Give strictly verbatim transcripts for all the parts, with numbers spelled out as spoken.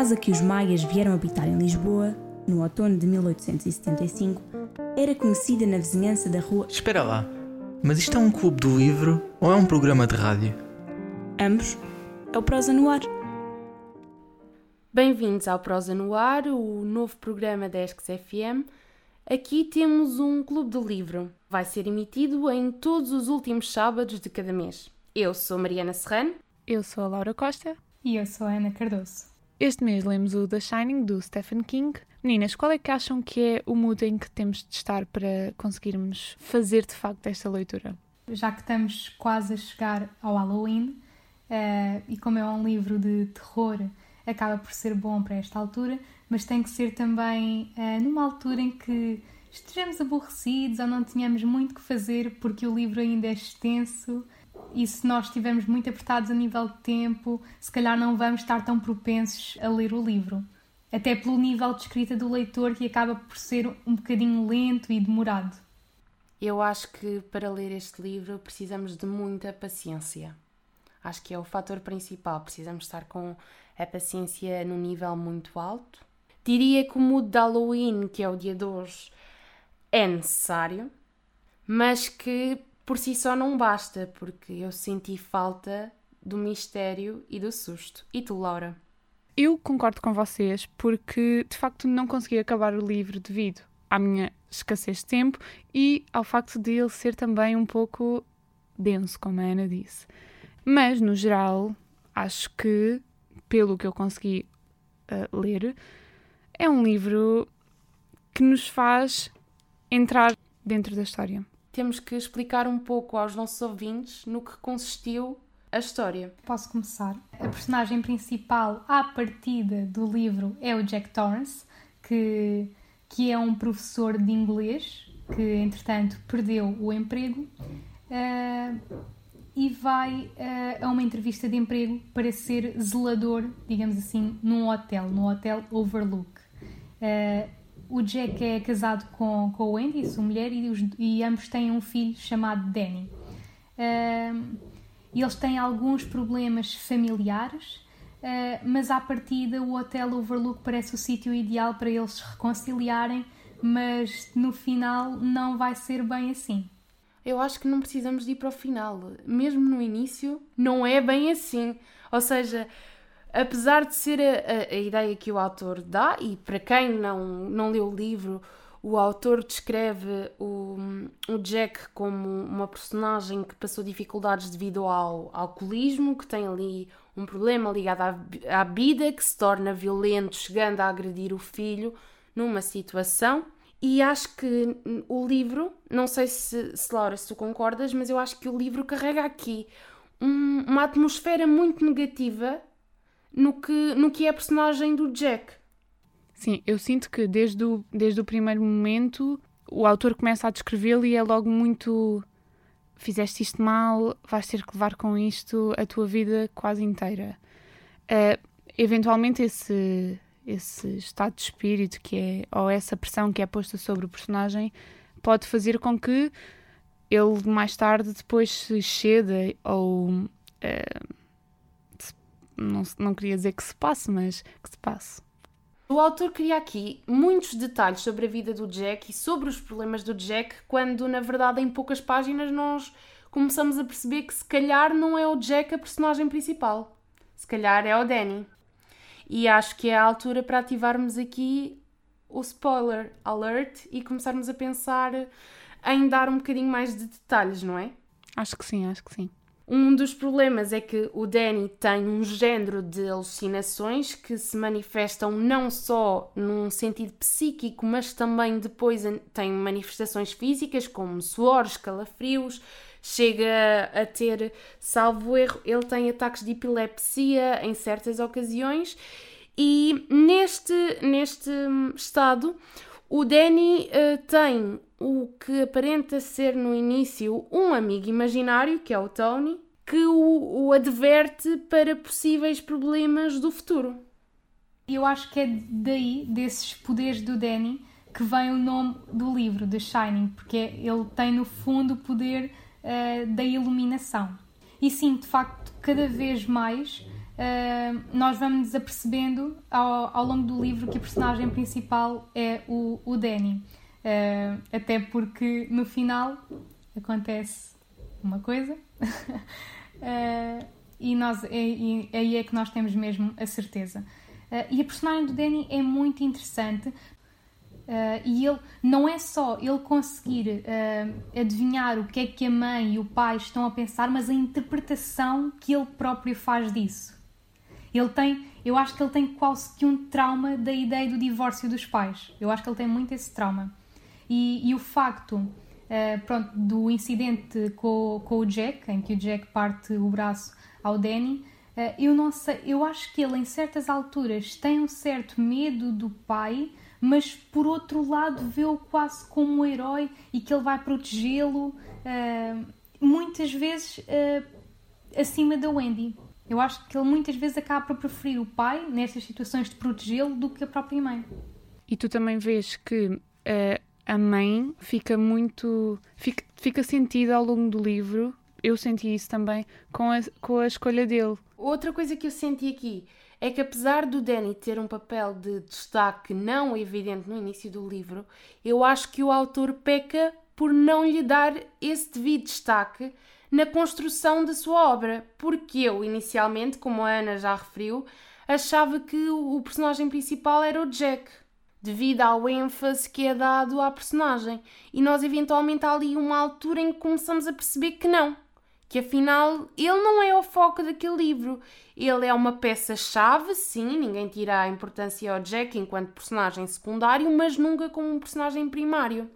casa que os maias vieram habitar em Lisboa, no outono de mil oitocentos e setenta e cinco, era conhecida na vizinhança da rua... Espera lá, mas isto é um clube do livro ou é um programa de rádio? Ambos. É o Prosa no Ar. Bem-vindos ao Prosa no Ar, o novo programa da ESCS F M. Aqui temos um clube do livro. Vai ser emitido em todos os últimos sábados de cada mês. Eu sou Mariana Serrano. Eu sou a Laura Costa. E eu sou a Ana Cardoso. Este mês lemos o The Shining, do Stephen King. Meninas, qual é que acham que é o mood em que temos de estar para conseguirmos fazer de facto esta leitura? Já que estamos quase a chegar ao Halloween, uh, e como é um livro de terror, acaba por ser bom para esta altura, mas tem que ser também uh, numa altura em que estejamos aborrecidos ou não tenhamos muito que fazer porque o livro ainda é extenso. E se nós estivermos muito apertados a nível de tempo, se calhar não vamos estar tão propensos a ler o livro. Até pelo nível de escrita do leitor, que acaba por ser um bocadinho lento e demorado. Eu acho que para ler este livro precisamos de muita paciência. Acho que é o fator principal. Precisamos estar com a paciência num nível muito alto. Diria que o mood de Halloween, que é o dia de hoje, é necessário, mas que por si só não basta, porque eu senti falta do mistério e do susto. E tu, Laura? Eu concordo com vocês, porque de facto não consegui acabar o livro devido à minha escassez de tempo e ao facto de ele ser também um pouco denso, como a Ana disse. Mas, no geral, acho que, pelo que eu consegui uh, ler, é um livro que nos faz entrar dentro da história. Temos que explicar um pouco aos nossos ouvintes no que consistiu a história. Posso começar? A personagem principal, à partida do livro, é o Jack Torrance, que, que é um professor de inglês, que, entretanto, perdeu o emprego uh, e vai uh, a uma entrevista de emprego para ser zelador, digamos assim, num hotel, no Hotel Overlook. Uh, O Jack é casado com, com a Wendy, sua mulher, e, os, e ambos têm um filho chamado Danny. Uh, eles têm alguns problemas familiares, uh, mas à partida o Hotel Overlook parece o sítio ideal para eles se reconciliarem, mas no final não vai ser bem assim. Eu acho que não precisamos de ir para o final. Mesmo no início, não é bem assim. Ou seja, apesar de ser a, a, a ideia que o autor dá, e para quem não, não leu o livro, o autor descreve o, o Jack como uma personagem que passou dificuldades devido ao, ao alcoolismo, que tem ali um problema ligado à, à bebida, que se torna violento, chegando a agredir o filho numa situação. E acho que o livro, não sei se, se Laura, se tu concordas, mas eu acho que o livro carrega aqui um, uma atmosfera muito negativa no que, no que é a personagem do Jack. Sim, eu sinto que desde o, desde o primeiro momento o autor começa a descrevê-lo e é logo muito: fizeste isto mal, vais ter que levar com isto a tua vida quase inteira. Uh, eventualmente esse, esse estado de espírito que é, ou essa pressão que é posta sobre o personagem pode fazer com que ele mais tarde depois se ceda ou... Uh, Não, não queria dizer que se passe, mas que se passe. O autor cria aqui muitos detalhes sobre a vida do Jack e sobre os problemas do Jack, quando na verdade em poucas páginas nós começamos a perceber que se calhar não é o Jack a personagem principal. Se calhar é o Danny. E acho que é a altura para ativarmos aqui o spoiler alert e começarmos a pensar em dar um bocadinho mais de detalhes, não é? Acho que sim, acho que sim. Um dos problemas é que o Danny tem um género de alucinações que se manifestam não só num sentido psíquico, mas também depois tem manifestações físicas, como suores, calafrios, chega a ter, salvo erro, ele tem ataques de epilepsia em certas ocasiões e neste, neste estado o Danny uh, tem o que aparenta ser no início um amigo imaginário, que é o Tony, que o, o adverte para possíveis problemas do futuro. Eu acho que é daí, desses poderes do Danny, que vem o nome do livro, The Shining, porque ele tem no fundo o poder uh, da iluminação. E sim, de facto, cada vez mais uh, nós vamos nos apercebendo ao, ao longo do livro que a personagem principal é o, o Danny. Uh, até porque no final acontece uma coisa uh, e, nós, e, e aí é que nós temos mesmo a certeza. Uh, e a personagem do Danny é muito interessante. Uh, e ele não é só ele conseguir uh, adivinhar o que é que a mãe e o pai estão a pensar, mas a interpretação que ele próprio faz disso. Ele tem, eu acho que ele tem quase que um trauma da ideia do divórcio dos pais. Eu acho que ele tem muito esse trauma. E, e o facto uh, pronto, do incidente com, com o Jack, em que o Jack parte o braço ao Danny, uh, eu não sei, eu acho que ele em certas alturas tem um certo medo do pai, mas por outro lado vê-o quase como um herói e que ele vai protegê-lo, uh, muitas vezes uh, acima da Wendy. Eu acho que ele muitas vezes acaba por preferir o pai nestas situações de protegê-lo do que a própria mãe. E tu também vês que uh, a mãe fica muito... Fica, fica sentida ao longo do livro, eu senti isso também, com a, com a escolha dele. Outra coisa que eu senti aqui é que apesar do Danny ter um papel de destaque não evidente no início do livro, eu acho que o autor peca por não lhe dar esse devido destaque na construção da sua obra, porque eu, inicialmente, como a Ana já referiu, achava que o personagem principal era o Jack, devido ao ênfase que é dado à personagem, e nós eventualmente há ali uma altura em que começamos a perceber que não, que afinal ele não é o foco daquele livro. Ele é uma peça-chave, sim, ninguém tira a importância ao Jack enquanto personagem secundário, mas nunca como um personagem primário.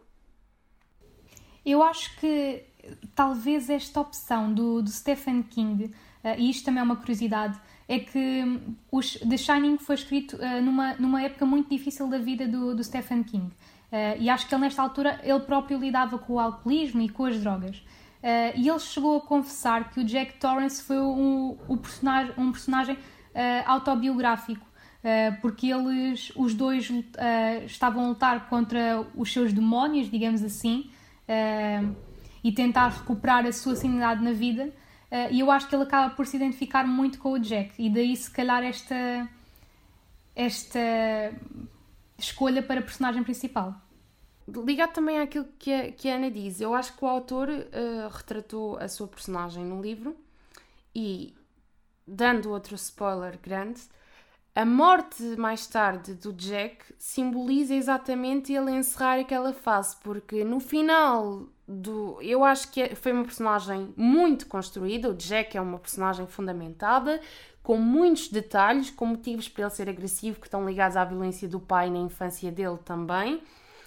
Eu acho que talvez esta opção do, do Stephen King, uh, e isto também é uma curiosidade, é que os, The Shining foi escrito uh, numa, numa época muito difícil da vida do, do Stephen King. Uh, e acho que ele nesta altura ele próprio lidava com o alcoolismo e com as drogas. Uh, e ele chegou a confessar que o Jack Torrance foi um, um personagem, um personagem uh, autobiográfico, uh, porque eles, os dois, uh, estavam a lutar contra os seus demónios, digamos assim, uh, e tentar recuperar a sua sanidade na vida. Uh, e eu acho que ele acaba por se identificar muito com o Jack, e daí se calhar esta, esta escolha para a personagem principal. Ligado também àquilo que a, que a Ana diz, eu acho que o autor uh, retratou a sua personagem no livro e, dando outro spoiler grande, a morte mais tarde do Jack simboliza exatamente ele encerrar aquela fase, porque no final do... eu acho que foi uma personagem muito construída, o Jack é uma personagem fundamentada, com muitos detalhes, com motivos para ele ser agressivo que estão ligados à violência do pai na infância dele também.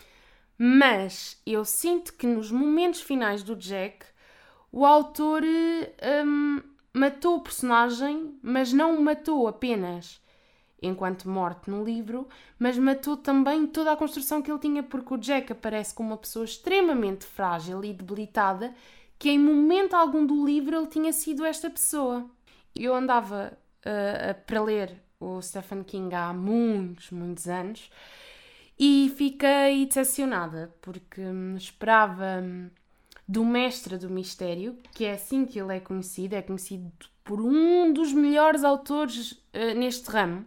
Mas eu sinto que nos momentos finais do Jack, o autor um, matou o personagem, mas não o matou apenas enquanto morte no livro, mas matou também toda a construção que ele tinha, porque o Jack aparece como uma pessoa extremamente frágil e debilitada, que em momento algum do livro ele tinha sido esta pessoa. Eu andava uh, para ler o Stephen King há muitos, muitos anos, e fiquei decepcionada, porque esperava do Mestre do Mistério, que é assim que ele é conhecido, é conhecido por um dos melhores autores uh, neste ramo.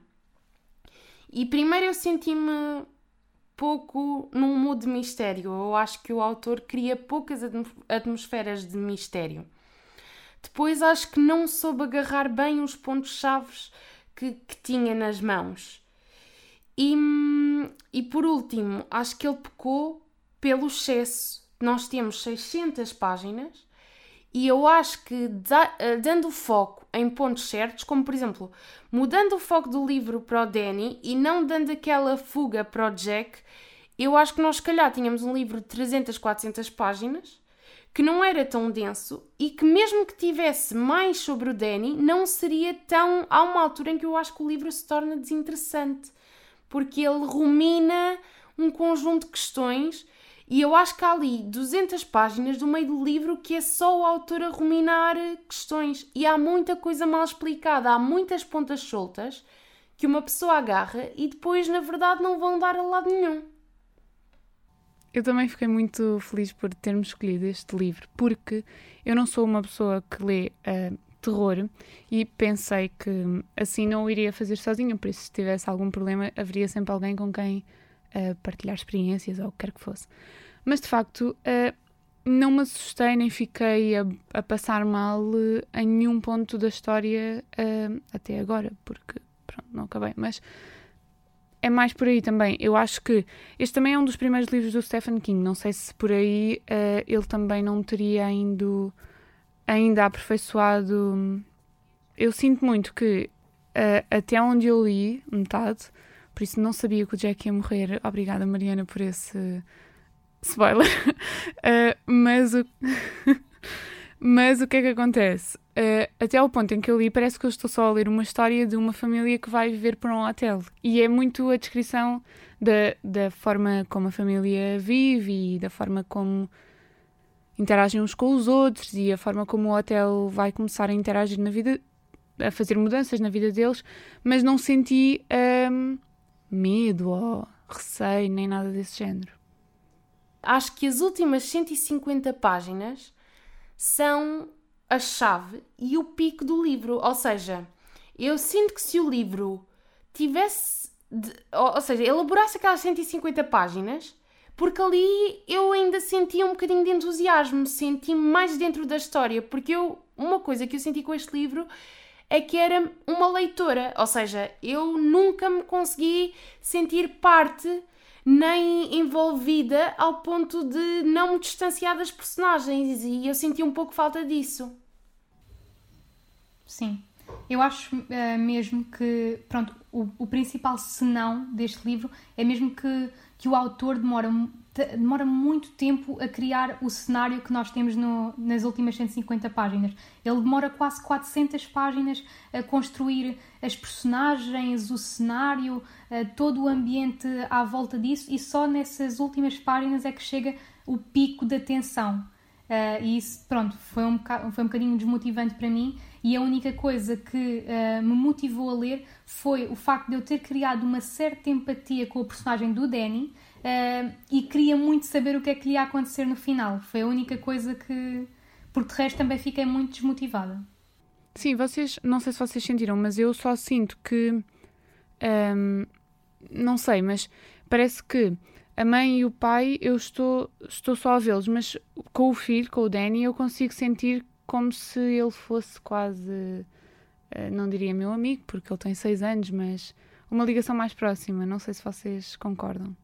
E primeiro eu senti-me pouco num mood de mistério. Eu acho que o autor cria poucas atmosferas de mistério. Depois acho que não soube agarrar bem os pontos-chave que, que tinha nas mãos. E, e por último, acho que ele pecou pelo excesso. Nós temos seiscentas páginas e eu acho que dando foco em pontos certos, como por exemplo, mudando o foco do livro para o Danny e não dando aquela fuga para o Jack, eu acho que nós se calhar tínhamos um livro de trezentas, quatrocentas páginas que não era tão denso e que mesmo que tivesse mais sobre o Danny, não seria tão... Há uma altura em que eu acho que o livro se torna desinteressante, porque ele rumina um conjunto de questões e eu acho que há ali duzentas páginas do meio do livro que é só o autor a ruminar questões e há muita coisa mal explicada, há muitas pontas soltas que uma pessoa agarra e depois na verdade não vão dar a lado nenhum. Eu também fiquei muito feliz por termos escolhido este livro, porque eu não sou uma pessoa que lê uh, terror e pensei que assim não o iria fazer sozinha, por isso se tivesse algum problema haveria sempre alguém com quem uh, partilhar experiências ou o que quer que fosse. Mas de facto uh, não me assustei nem fiquei a, a passar mal uh, em nenhum ponto da história uh, até agora, porque pronto, não acabei, mas é mais por aí também. Eu acho que este também é um dos primeiros livros do Stephen King, não sei se por aí uh, ele também não teria ainda, ainda aperfeiçoado. Eu sinto muito que uh, até onde eu li, metade, por isso não sabia que o Jack ia morrer. Obrigada, Mariana, por esse spoiler. uh, mas, o... mas o que é que acontece? Uh, até ao ponto em que eu li, parece que eu estou só a ler uma história de uma família que vai viver para um hotel. E é muito a descrição da, da forma como a família vive e da forma como interagem uns com os outros e a forma como o hotel vai começar a interagir na vida, a fazer mudanças na vida deles, mas não senti um, medo ou receio, nem nada desse género. Acho que as últimas cento e cinquenta páginas são a chave e o pico do livro. Ou seja, eu sinto que se o livro tivesse, de, ou, ou seja, elaborasse aquelas cento e cinquenta páginas, porque ali eu ainda sentia um bocadinho de entusiasmo, senti-me mais dentro da história, porque eu, uma coisa que eu senti com este livro é que era uma leitora, ou seja, eu nunca me consegui sentir parte nem envolvida ao ponto de não me distanciar das personagens, e eu senti um pouco falta disso. Sim, eu acho uh, mesmo que, pronto, o, o principal senão deste livro é mesmo que, que o autor demora, demora muito tempo a criar o cenário que nós temos no, nas últimas cento e cinquenta páginas. Ele demora quase quatrocentas páginas a construir as personagens, o cenário, uh, todo o ambiente à volta disso, e só nessas últimas páginas é que chega o pico da tensão. Uh, e isso, pronto, foi um, bocado, foi um bocadinho desmotivante para mim, e a única coisa que uh, me motivou a ler foi o facto de eu ter criado uma certa empatia com o personagem do Danny, uh, e queria muito saber o que é que lhe ia acontecer no final. Foi a única coisa que... Porque de resto também fiquei muito desmotivada. Sim, vocês, não sei se vocês sentiram, mas eu só sinto que, um, não sei, mas parece que a mãe e o pai, eu estou, estou só a vê-los, mas com o filho, com o Danny, eu consigo sentir como se ele fosse quase, não diria meu amigo, porque ele tem seis anos, mas uma ligação mais próxima. Não sei se vocês concordam.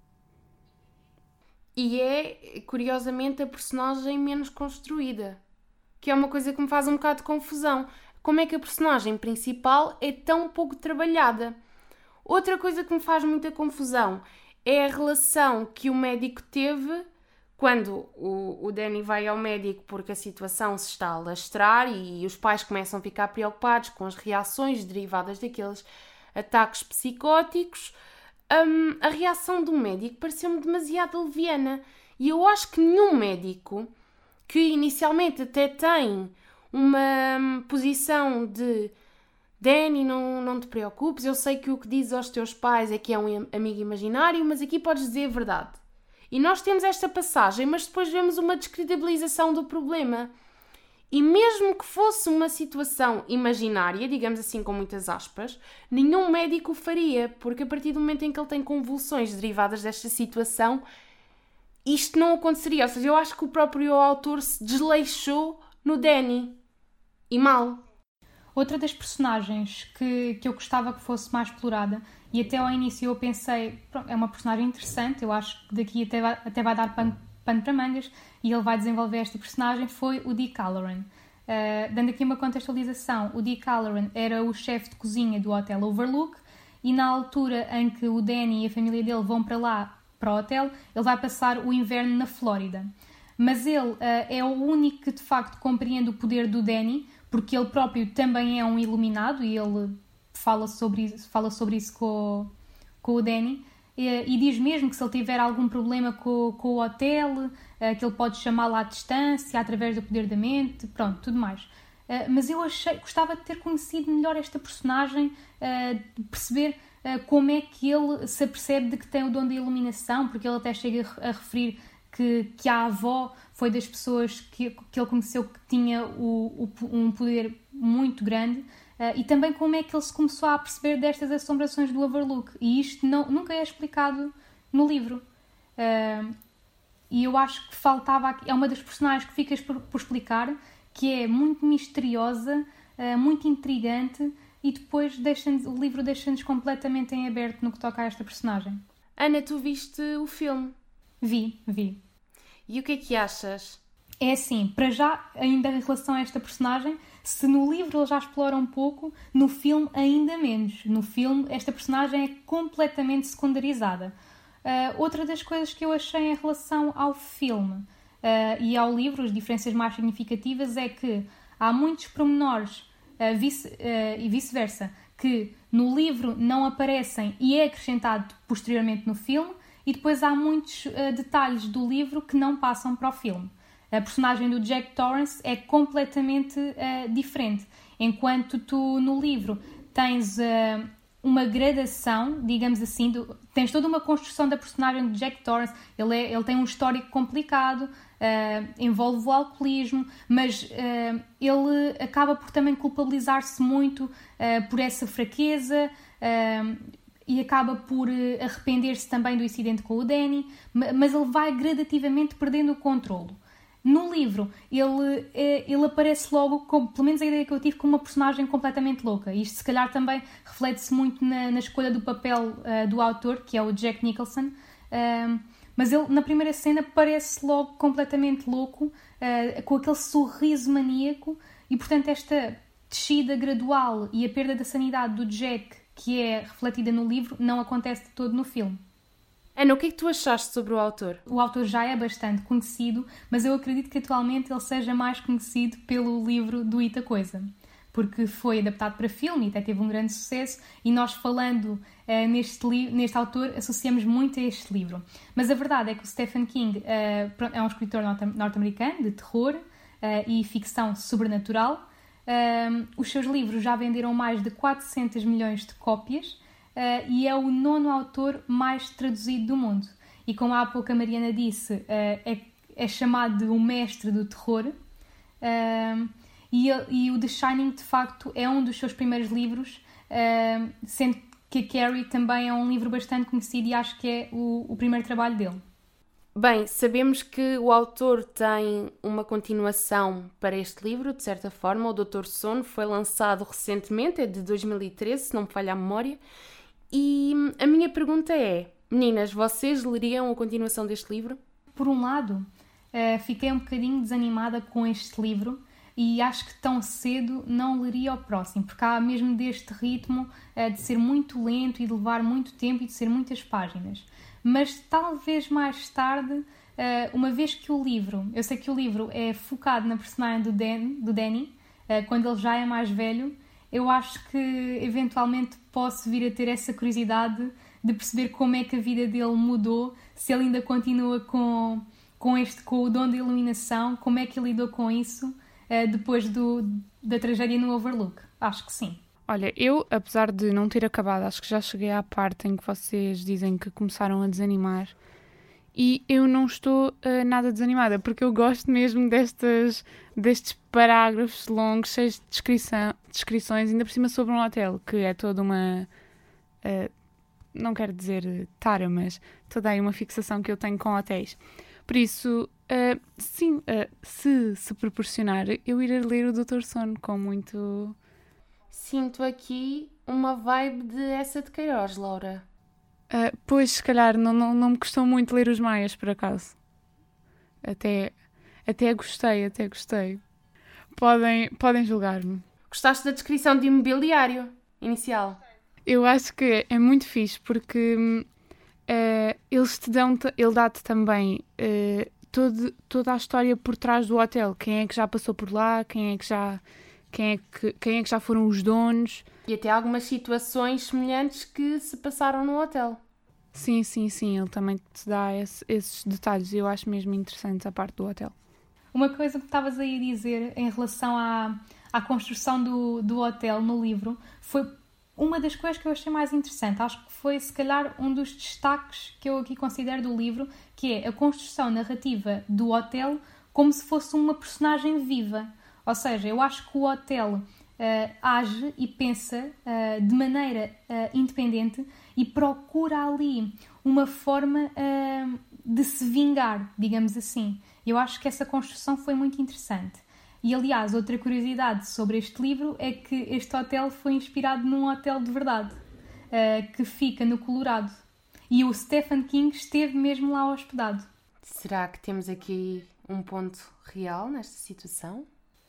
E é, curiosamente, a personagem menos construída, que é uma coisa que me faz um bocado de confusão. Como é que a personagem principal é tão pouco trabalhada? Outra coisa que me faz muita confusão é a relação que o médico teve quando o, o Danny vai ao médico porque a situação se está a alastrar e os pais começam a ficar preocupados com as reações derivadas daqueles ataques psicóticos. Um, a reação do médico pareceu-me demasiado leviana, e eu acho que nenhum médico que inicialmente até tem uma posição de Danny, não, não te preocupes, eu sei que o que dizes aos teus pais é que é um amigo imaginário, mas aqui podes dizer a verdade. E nós temos esta passagem, mas depois vemos uma descredibilização do problema. E mesmo que fosse uma situação imaginária, digamos assim com muitas aspas, nenhum médico o faria, porque a partir do momento em que ele tem convulsões derivadas desta situação, isto não aconteceria. Ou seja, eu acho que o próprio autor se desleixou no Danny. E mal. Outra das personagens que, que eu gostava que fosse mais explorada, e até ao início eu pensei, pronto, é uma personagem interessante, eu acho que daqui até vai, até vai dar pano, pano para mangas, e ele vai desenvolver esta personagem, foi o Dick Hallorann. Uh, dando aqui uma contextualização, o Dick Hallorann era o chefe de cozinha do Hotel Overlook, e na altura em que o Danny e a família dele vão para lá, para o hotel, ele vai passar o inverno na Flórida. Mas ele uh, é o único que de facto compreende o poder do Danny, porque ele próprio também é um iluminado, e ele fala sobre isso, fala sobre isso com, com o Danny, e, e diz mesmo que se ele tiver algum problema com, com o hotel, uh, que ele pode chamá-lo à distância, através do poder da mente, pronto, tudo mais. Uh, mas eu achei, gostava de ter conhecido melhor esta personagem, uh, de perceber uh, como é que ele se apercebe de que tem o dom da iluminação, porque ele até chega a, a referir que, que a avó foi das pessoas que, que ele conheceu que tinha o, o, um poder muito grande. Uh, e também como é que ele se começou a perceber destas assombrações do Overlook. E isto não, nunca é explicado no livro. Uh, e eu acho que faltava aqui... É uma das personagens que ficas por, por explicar, que é muito misteriosa, uh, muito intrigante, e depois deixa-nos, o livro deixa-nos completamente em aberto no que toca a esta personagem. Ana, tu viste o filme? Vi, vi. E o que é que achas? É assim, para já, ainda em relação a esta personagem, se no livro ele já explora um pouco, no filme ainda menos. No filme esta personagem é completamente secundarizada. Uh, outra das coisas que eu achei em relação ao filme uh, e ao livro, as diferenças mais significativas, é que há muitos pormenores uh, vice, uh, e vice-versa, que no livro não aparecem e é acrescentado posteriormente no filme, e depois há muitos uh, detalhes do livro que não passam para o filme. A personagem do Jack Torrance é completamente uh, diferente. Enquanto tu, no livro, tens uh, uma gradação, digamos assim, do, tens toda uma construção da personagem do Jack Torrance. Ele, é, ele tem um histórico complicado, uh, envolve o alcoolismo, mas uh, ele acaba por também culpabilizar-se muito uh, por essa fraqueza uh, e acaba por uh, arrepender-se também do incidente com o Danny, mas ele vai gradativamente perdendo o controlo. No livro, ele, ele aparece logo, com, pelo menos a ideia que eu tive, como uma personagem completamente louca. Isto, se calhar, também reflete-se muito na, na escolha do papel uh, do autor, que é o Jack Nicholson. Uh, mas ele, na primeira cena, parece logo completamente louco, uh, com aquele sorriso maníaco. E, portanto, esta descida gradual e a perda da sanidade do Jack, que é refletida no livro, não acontece de todo no filme. Ana, o que é que tu achaste sobre o autor? O autor já é bastante conhecido, mas eu acredito que atualmente ele seja mais conhecido pelo livro do Ita Coisa, porque foi adaptado para filme e até teve um grande sucesso, e nós falando uh, neste, li- neste autor associamos muito a este livro. Mas a verdade é que o Stephen King uh, é um escritor norte- norte-americano de terror uh, e ficção sobrenatural. Uh, os seus livros já venderam mais de quatrocentos milhões de cópias, Uh, e é o nono autor mais traduzido do mundo. E como há pouco a Mariana disse, uh, é, é chamado de o mestre do terror. Uh, e, e o The Shining, de facto, é um dos seus primeiros livros, uh, sendo que a Carrie também é um livro bastante conhecido e acho que é o, o primeiro trabalho dele. Bem, sabemos que o autor tem uma continuação para este livro, de certa forma. O doutor Sono foi lançado recentemente, é de dois mil e treze, se não me falha a memória. E a minha pergunta é, meninas, vocês leriam a continuação deste livro? Por um lado, uh, fiquei um bocadinho desanimada com este livro e acho que tão cedo não leria o próximo, porque há mesmo deste ritmo uh, de ser muito lento e de levar muito tempo e de ser muitas páginas. Mas talvez mais tarde, uh, uma vez que o livro, eu sei que o livro é focado na personagem do, Dan, do Danny, uh, quando ele já é mais velho, eu acho que eventualmente posso vir a ter essa curiosidade de perceber como é que a vida dele mudou, se ele ainda continua com, com, este, com o dom de iluminação, como é que ele lidou com isso uh, depois do, da tragédia no Overlook. Acho que sim. Olha, eu, apesar de não ter acabado, acho que já cheguei à parte em que vocês dizem que começaram a desanimar, e eu não estou uh, nada desanimada, porque eu gosto mesmo destes, destes parágrafos longos, cheios de descrição, descrições, ainda por cima sobre um hotel, que é toda uma... Uh, não quero dizer tara, mas toda aí uma fixação que eu tenho com hotéis. Por isso, uh, sim, uh, se se proporcionar, eu irei ler o doutor Sono com muito... Sinto aqui uma vibe de essa de Queiroz, Laura. Uh, pois, se calhar, não, não, não me custou muito ler os Maias, por acaso. Até, até gostei, até gostei. Podem, podem julgar-me. Gostaste da descrição de imobiliário inicial? Eu acho que é muito fixe, porque uh, eles te dão, ele dá-te também uh, todo, toda a história por trás do hotel. Quem é que já passou por lá, quem é que já... Quem é, que, quem é que já foram os donos. E até algumas situações semelhantes que se passaram no hotel. Sim, sim, sim. Ele também te dá esse, esses detalhes. Eu acho mesmo interessante a parte do hotel. Uma coisa que estavas aí a dizer em relação à, à construção do, do hotel no livro foi uma das coisas que eu achei mais interessante. Acho que foi, se calhar, um dos destaques que eu aqui considero do livro, que é a construção narrativa do hotel como se fosse uma personagem viva. Ou seja, eu acho que o hotel uh, age e pensa uh, de maneira uh, independente e procura ali uma forma uh, de se vingar, digamos assim. Eu acho que essa construção foi muito interessante. E, aliás, outra curiosidade sobre este livro é que este hotel foi inspirado num hotel de verdade, uh, que fica no Colorado. E o Stephen King esteve mesmo lá hospedado. Será que temos aqui um ponto real nesta situação?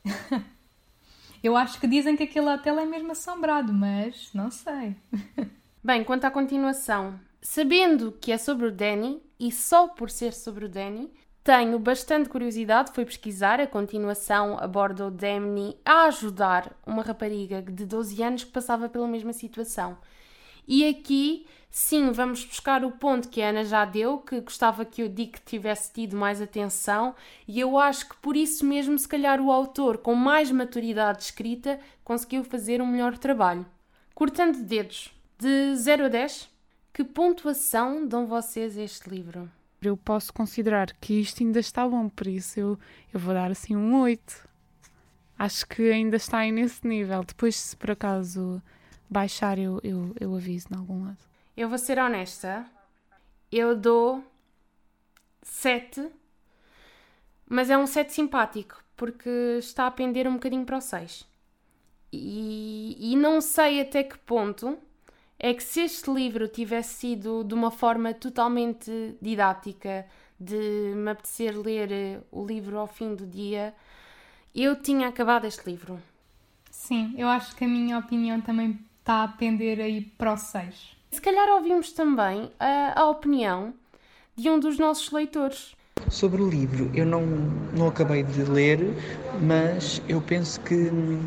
Eu acho que dizem que aquele hotel é mesmo assombrado, mas não sei. Bem, quanto à continuação, sabendo que é sobre o Danny, e só por ser sobre o Danny, tenho bastante curiosidade, fui pesquisar. A continuação aborda o Danny a ajudar uma rapariga de doze anos que passava pela mesma situação. E aqui, sim, vamos buscar o ponto que a Ana já deu, que gostava que o Dick tivesse tido mais atenção, e eu acho que por isso mesmo, se calhar o autor, com mais maturidade de escrita, conseguiu fazer um melhor trabalho. Cortando dedos, de zero a dez, que pontuação dão vocês a este livro? Eu posso considerar que isto ainda está bom, por isso eu, eu vou dar assim um oito. Acho que ainda está aí nesse nível. Depois, se por acaso baixar, eu, eu, eu aviso em algum lado. Eu vou ser honesta. Eu dou sete, mas é um sete simpático, porque está a pender um bocadinho para o seis. E, e não sei até que ponto é que, se este livro tivesse sido de uma forma totalmente didática, de me apetecer ler o livro ao fim do dia, eu tinha acabado este livro. Sim, eu acho que a minha opinião também está a pender aí para o seis. Se calhar ouvimos também a, a opinião de um dos nossos leitores. Sobre o livro, eu não, não acabei de ler, mas eu penso que...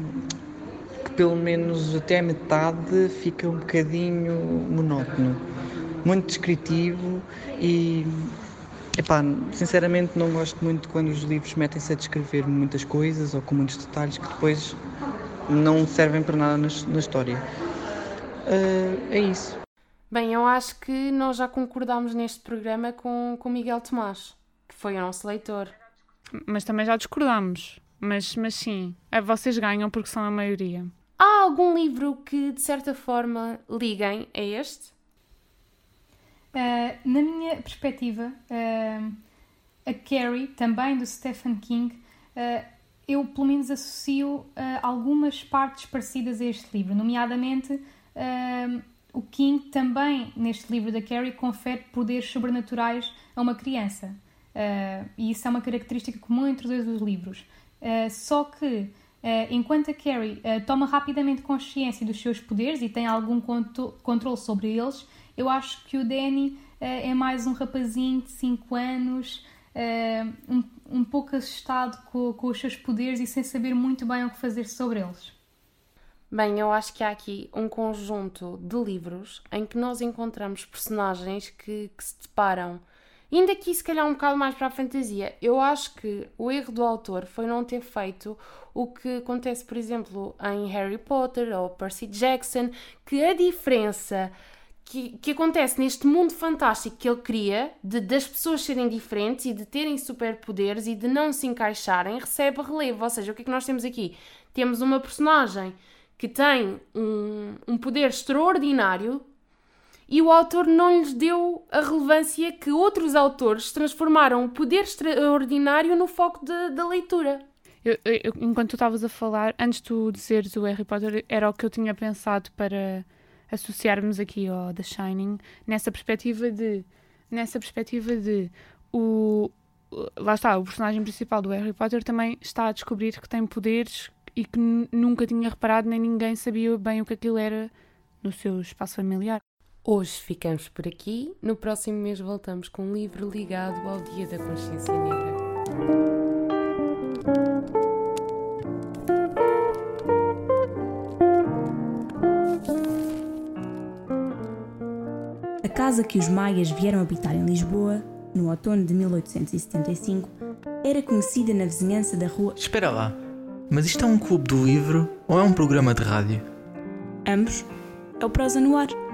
pelo menos até a metade fica um bocadinho monótono, muito descritivo e, epá, sinceramente não gosto muito quando os livros metem-se a descrever muitas coisas ou com muitos detalhes que depois não servem para nada na, na história. Uh, é isso. Bem, eu acho que nós já concordámos neste programa com o Miguel Tomás, que foi o nosso leitor. Mas também já discordámos, mas, mas sim, vocês ganham porque são a maioria. Há algum livro que, de certa forma, liguem a este? Uh, na minha perspectiva, uh, a Carrie, também do Stephen King, uh, eu pelo menos associo uh, algumas partes parecidas a este livro, nomeadamente uh, o King também, neste livro da Carrie, confere poderes sobrenaturais a uma criança. Uh, e isso é uma característica comum entre os dois livros. Uh, só que Uh, enquanto a Carrie uh, toma rapidamente consciência dos seus poderes e tem algum contro- controle sobre eles, eu acho que o Danny uh, é mais um rapazinho de cinco anos, uh, um, um pouco assustado com, com os seus poderes e sem saber muito bem o que fazer sobre eles. Bem, eu acho que há aqui um conjunto de livros em que nós encontramos personagens que, que se deparam. Ainda aqui, se calhar, um bocado mais para a fantasia. Eu acho que o erro do autor foi não ter feito o que acontece, por exemplo, em Harry Potter ou Percy Jackson, que a diferença que, que acontece neste mundo fantástico que ele cria, de, das pessoas serem diferentes e de terem superpoderes e de não se encaixarem, recebe relevo. Ou seja, o que é que nós temos aqui? Temos uma personagem que tem um, um poder extraordinário, e o autor não lhes deu a relevância que outros autores transformaram o poder extraordinário no foco de, da leitura. Eu, eu, enquanto tu estavas a falar, antes de tu dizeres o Harry Potter, era o que eu tinha pensado para associarmos aqui ao The Shining, nessa perspectiva de, nessa perspectiva de o, lá está, o personagem principal do Harry Potter também está a descobrir que tem poderes e que n- nunca tinha reparado, nem ninguém sabia bem o que aquilo era no seu espaço familiar. Hoje ficamos por aqui. No próximo mês voltamos com um livro ligado ao Dia da Consciência Negra. A casa que os maias vieram habitar em Lisboa, no outono de mil oitocentos e setenta e cinco, era conhecida na vizinhança da rua... Espera lá, mas isto é um clube do livro ou é um programa de rádio? Ambos. É o Prosa no Ar.